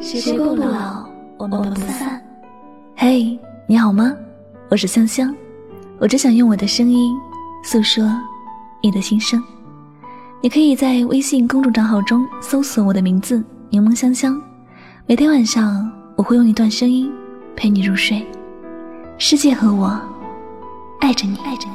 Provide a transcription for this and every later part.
时光不老，我们不散。嘿，你好吗？我是香香，我只想用我的声音诉说你的心声。你可以在微信公众账号中搜索我的名字柠檬香香，每天晚上我会用一段声音陪你入睡。世界和我爱着你，爱着你。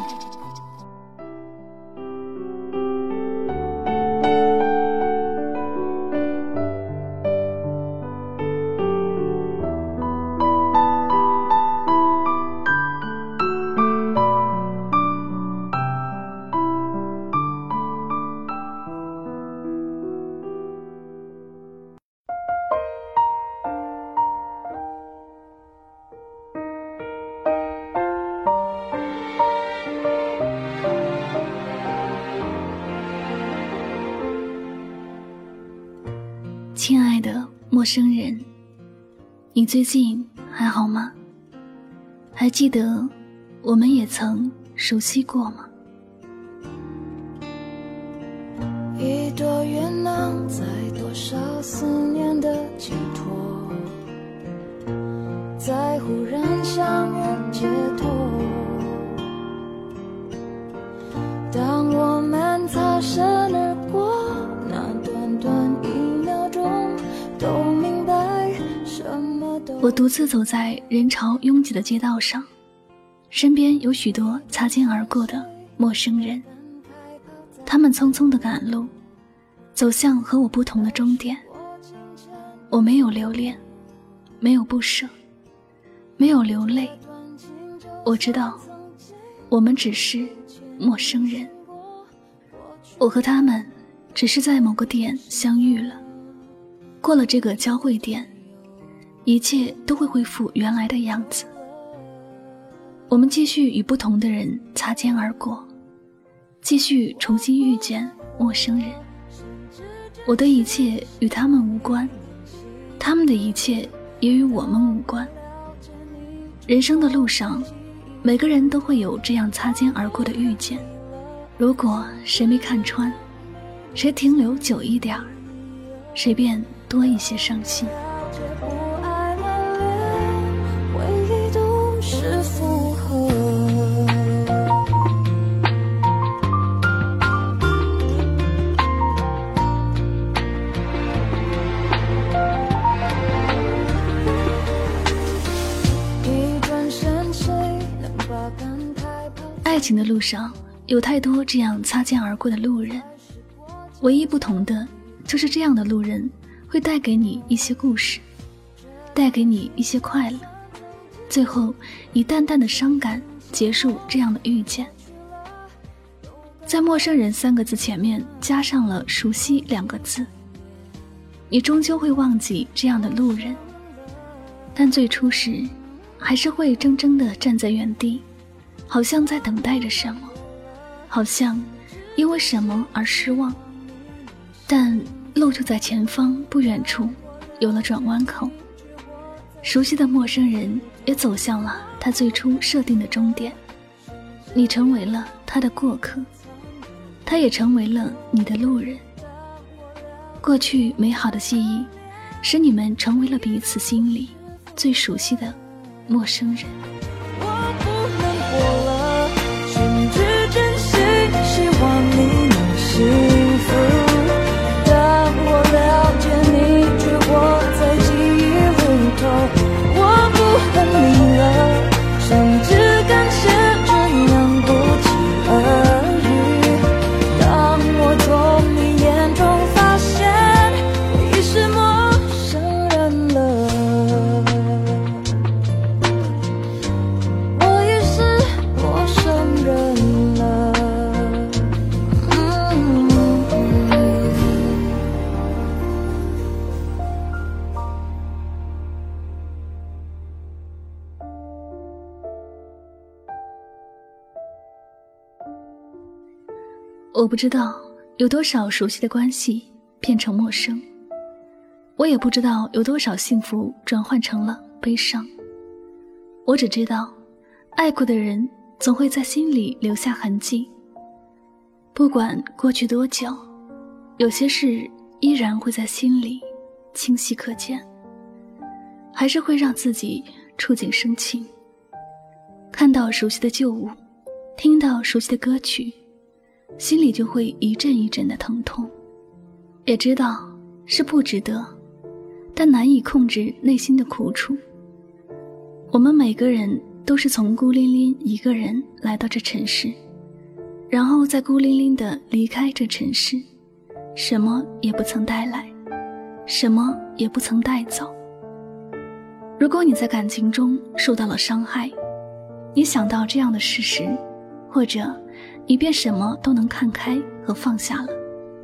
亲爱的陌生人，你最近还好吗？还记得我们也曾熟悉过吗？ 一朵云能载多少思念的寄托，在忽然相遇街头，当我们擦身而过，那短短一秒钟都明白什么都。 我独自走在人潮拥挤的街道上，身边有许多擦肩而过的陌生人，他们匆匆地赶路，走向和我不同的终点。我没有留恋，没有不舍，没有流泪。我知道我们只是陌生人，我和他们只是在某个点相遇了，过了这个交汇点，一切都会恢复原来的样子。我们继续与不同的人擦肩而过，继续重新遇见陌生人。我的一切与他们无关，他们的一切也与我们无关。人生的路上，每个人都会有这样擦肩而过的遇见。如果谁没看穿，谁停留久一点，谁便多一些伤心。爱情的路上有太多这样擦肩而过的路人，唯一不同的就是这样的路人会带给你一些故事，带给你一些快乐，最后以淡淡的伤感结束这样的遇见。在陌生人3个字前面加上了熟悉2个字，你终究会忘记这样的路人，但最初时还是会怔怔地站在原地，好像在等待着什么，好像因为什么而失望。但路就在前方不远处有了转弯口，熟悉的陌生人也走向了他最初设定的终点。你成为了他的过客，他也成为了你的路人。过去美好的记忆使你们成为了彼此心里最熟悉的陌生人。 我不能活了，甚至真心希望你能幸福。当我了解你，却活在记忆里头。我不恨你了，甚至感谢这样不期而遇。当我从你眼中发现我已是陌生人了，我已是陌生人了。 我不知道有多少熟悉的关系变成陌生，我也不知道有多少幸福转换成了悲伤。我只知道爱过的人总会在心里留下痕迹，不管过去多久，有些事依然会在心里清晰可见。 还是会让自己触景生情。看到熟悉的旧物，听到熟悉的歌曲，心里就会一阵一阵的疼痛。也知道是不值得，但难以控制内心的苦楚。我们每个人都是从孤零零一个人来到这城市，然后再孤零零地离开这城市，什么也不曾带来，什么也不曾带走。如果你在感情中受到了伤害，你想到这样的事实，或者你便什么都能看开和放下了。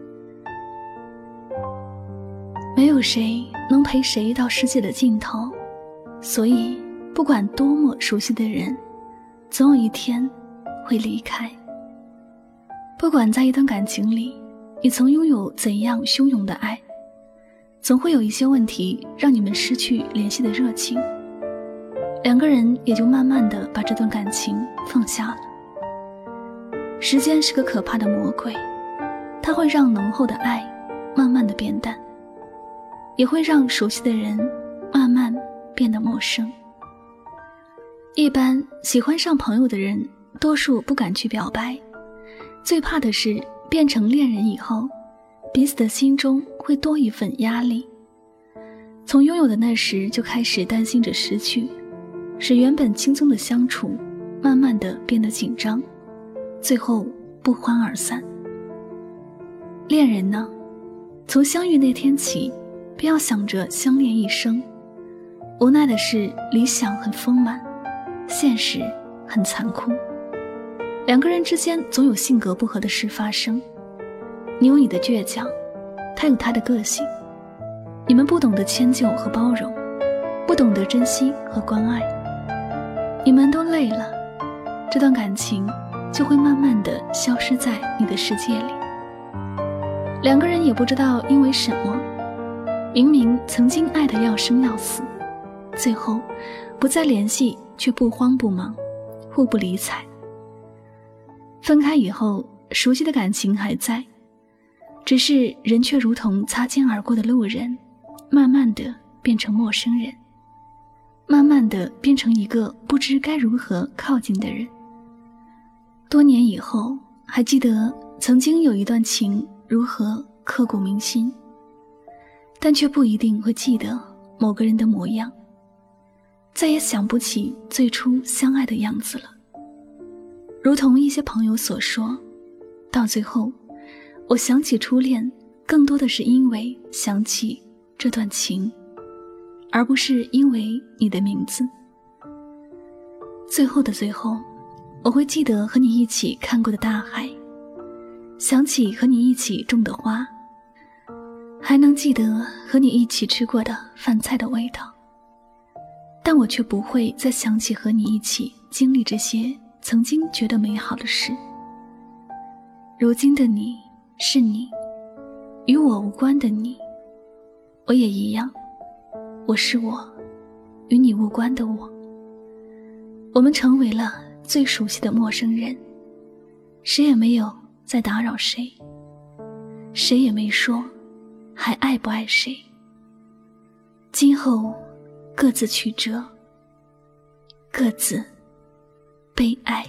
没有谁能陪谁到世界的尽头，所以不管多么熟悉的人，总有一天会离开。不管在一段感情里，你曾拥有怎样汹涌的爱，总会有一些问题让你们失去联系的热情，两个人也就慢慢地把这段感情放下了。时间是个可怕的魔鬼，它会让浓厚的爱慢慢地变淡，也会让熟悉的人慢慢变得陌生。一般喜欢上朋友的人，多数不敢去表白，最怕的是变成恋人以后，彼此的心中会多一份压力。从拥有的那时就开始担心着失去，使原本轻松的相处慢慢的变得紧张，最后不欢而散。恋人呢，从相遇那天起，不要想着相恋一生。无奈的是，理想很丰满，现实很残酷。两个人之间总有性格不合的事发生，你有你的倔强，他有他的个性，你们不懂得迁就和包容，不懂得珍惜和关爱，你们都累了，这段感情就会慢慢地消失在你的世界里。两个人也不知道因为什么，明明曾经爱得要生要死，最后不再联系，却不慌不忙，互不理睬。分开以后，熟悉的感情还在，只是人却如同擦肩而过的路人，慢慢地变成陌生人，慢慢地变成一个不知该如何靠近的人。多年以后，还记得曾经有一段情如何刻骨铭心，但却不一定会记得某个人的模样，再也想不起最初相爱的样子了。如同一些朋友所说，到最后我想起初恋，更多的是因为想起这段情，而不是因为你的名字。最后的最后，我会记得和你一起看过的大海，想起和你一起种的花，还能记得和你一起吃过的饭菜的味道，但我却不会再想起和你一起经历这些曾经觉得美好的事。如今的你是你，与我无关的你，我也一样，我是我，与你无关的我。我们成为了最熟悉的陌生人，谁也没有再打扰谁，谁也没说还爱不爱谁。今后各自曲折，各自悲哀。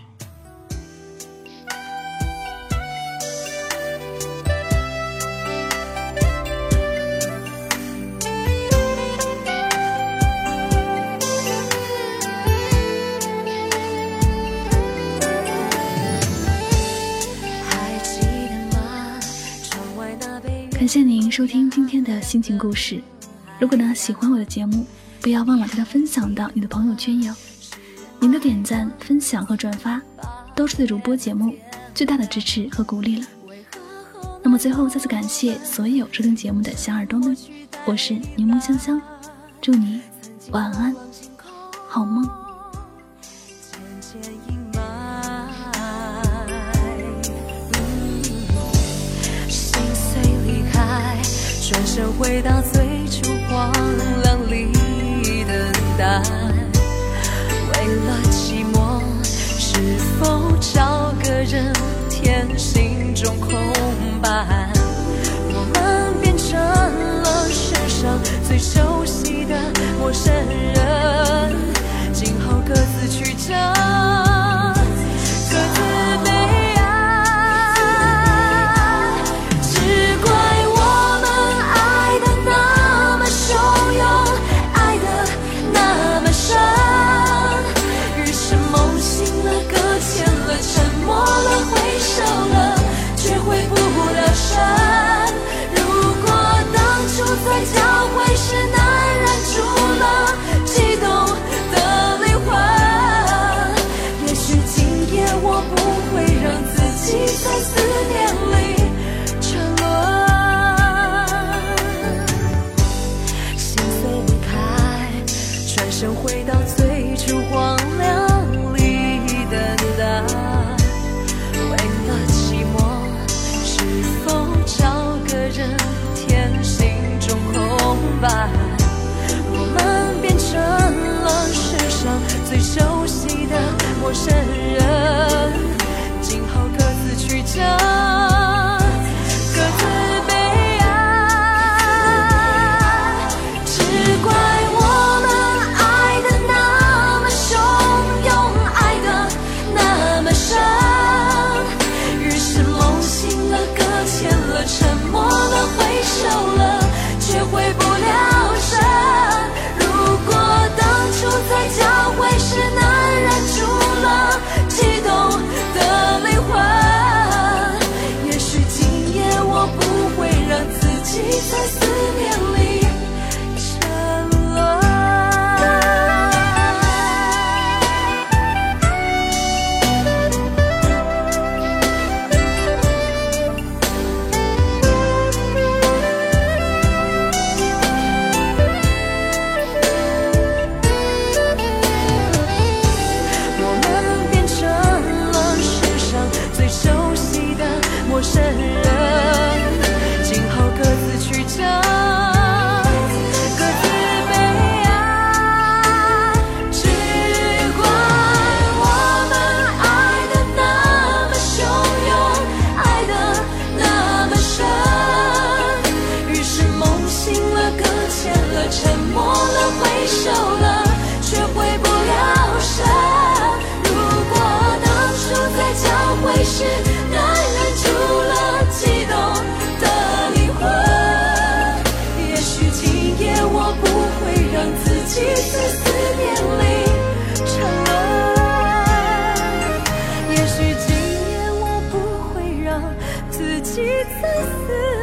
感谢您收听今天的心情故事。如果呢喜欢我的节目，不要忘了将它分享到你的朋友圈哟。您的点赞、分享和转发都是对主播节目最大的支持和鼓励了。那么最后再次感谢所有收听节目的小耳朵们，我是柠檬香香，祝你晚安好梦。 转身回到最初荒凉里等待，为了寂寞，是否找个人填心中空白？我们变成了世上最熟悉的的陌生人，今后各自曲折，各自悲哀。只怪我们爱的那么汹涌，爱的那么深，于是梦醒了，搁浅了，沉默了，挥手了，却回不了神。如果当初在交汇时难忍住了悸动的灵魂，也许今夜我不会让自己在思念里沉沦。心碎离开，转身回到最初荒凉里等待，为了寂寞，是否找个人填心中空白？我们变成了世上最熟悉的陌生人，今后各自曲折，各自悲哀。只怪我们爱的那么汹涌，爱的那么深，于是梦醒了，搁浅了，沉默了，挥手了，却回不了神。如果当初在交汇时难忍住了悸动的灵魂，也许今夜我不会让自己在思念里沉沦。我们变成了世上最熟悉的陌生人，今后各自曲折，各自悲哀。只怪我们爱的那么汹涌，爱的那么深，于是梦醒了，搁浅了，沉默了，挥手了，却回不了神。如果当初在交汇时难忍住了悸动的灵魂，也许今夜我不会让自己在思念里沉沦，也许今夜我不会让自己在思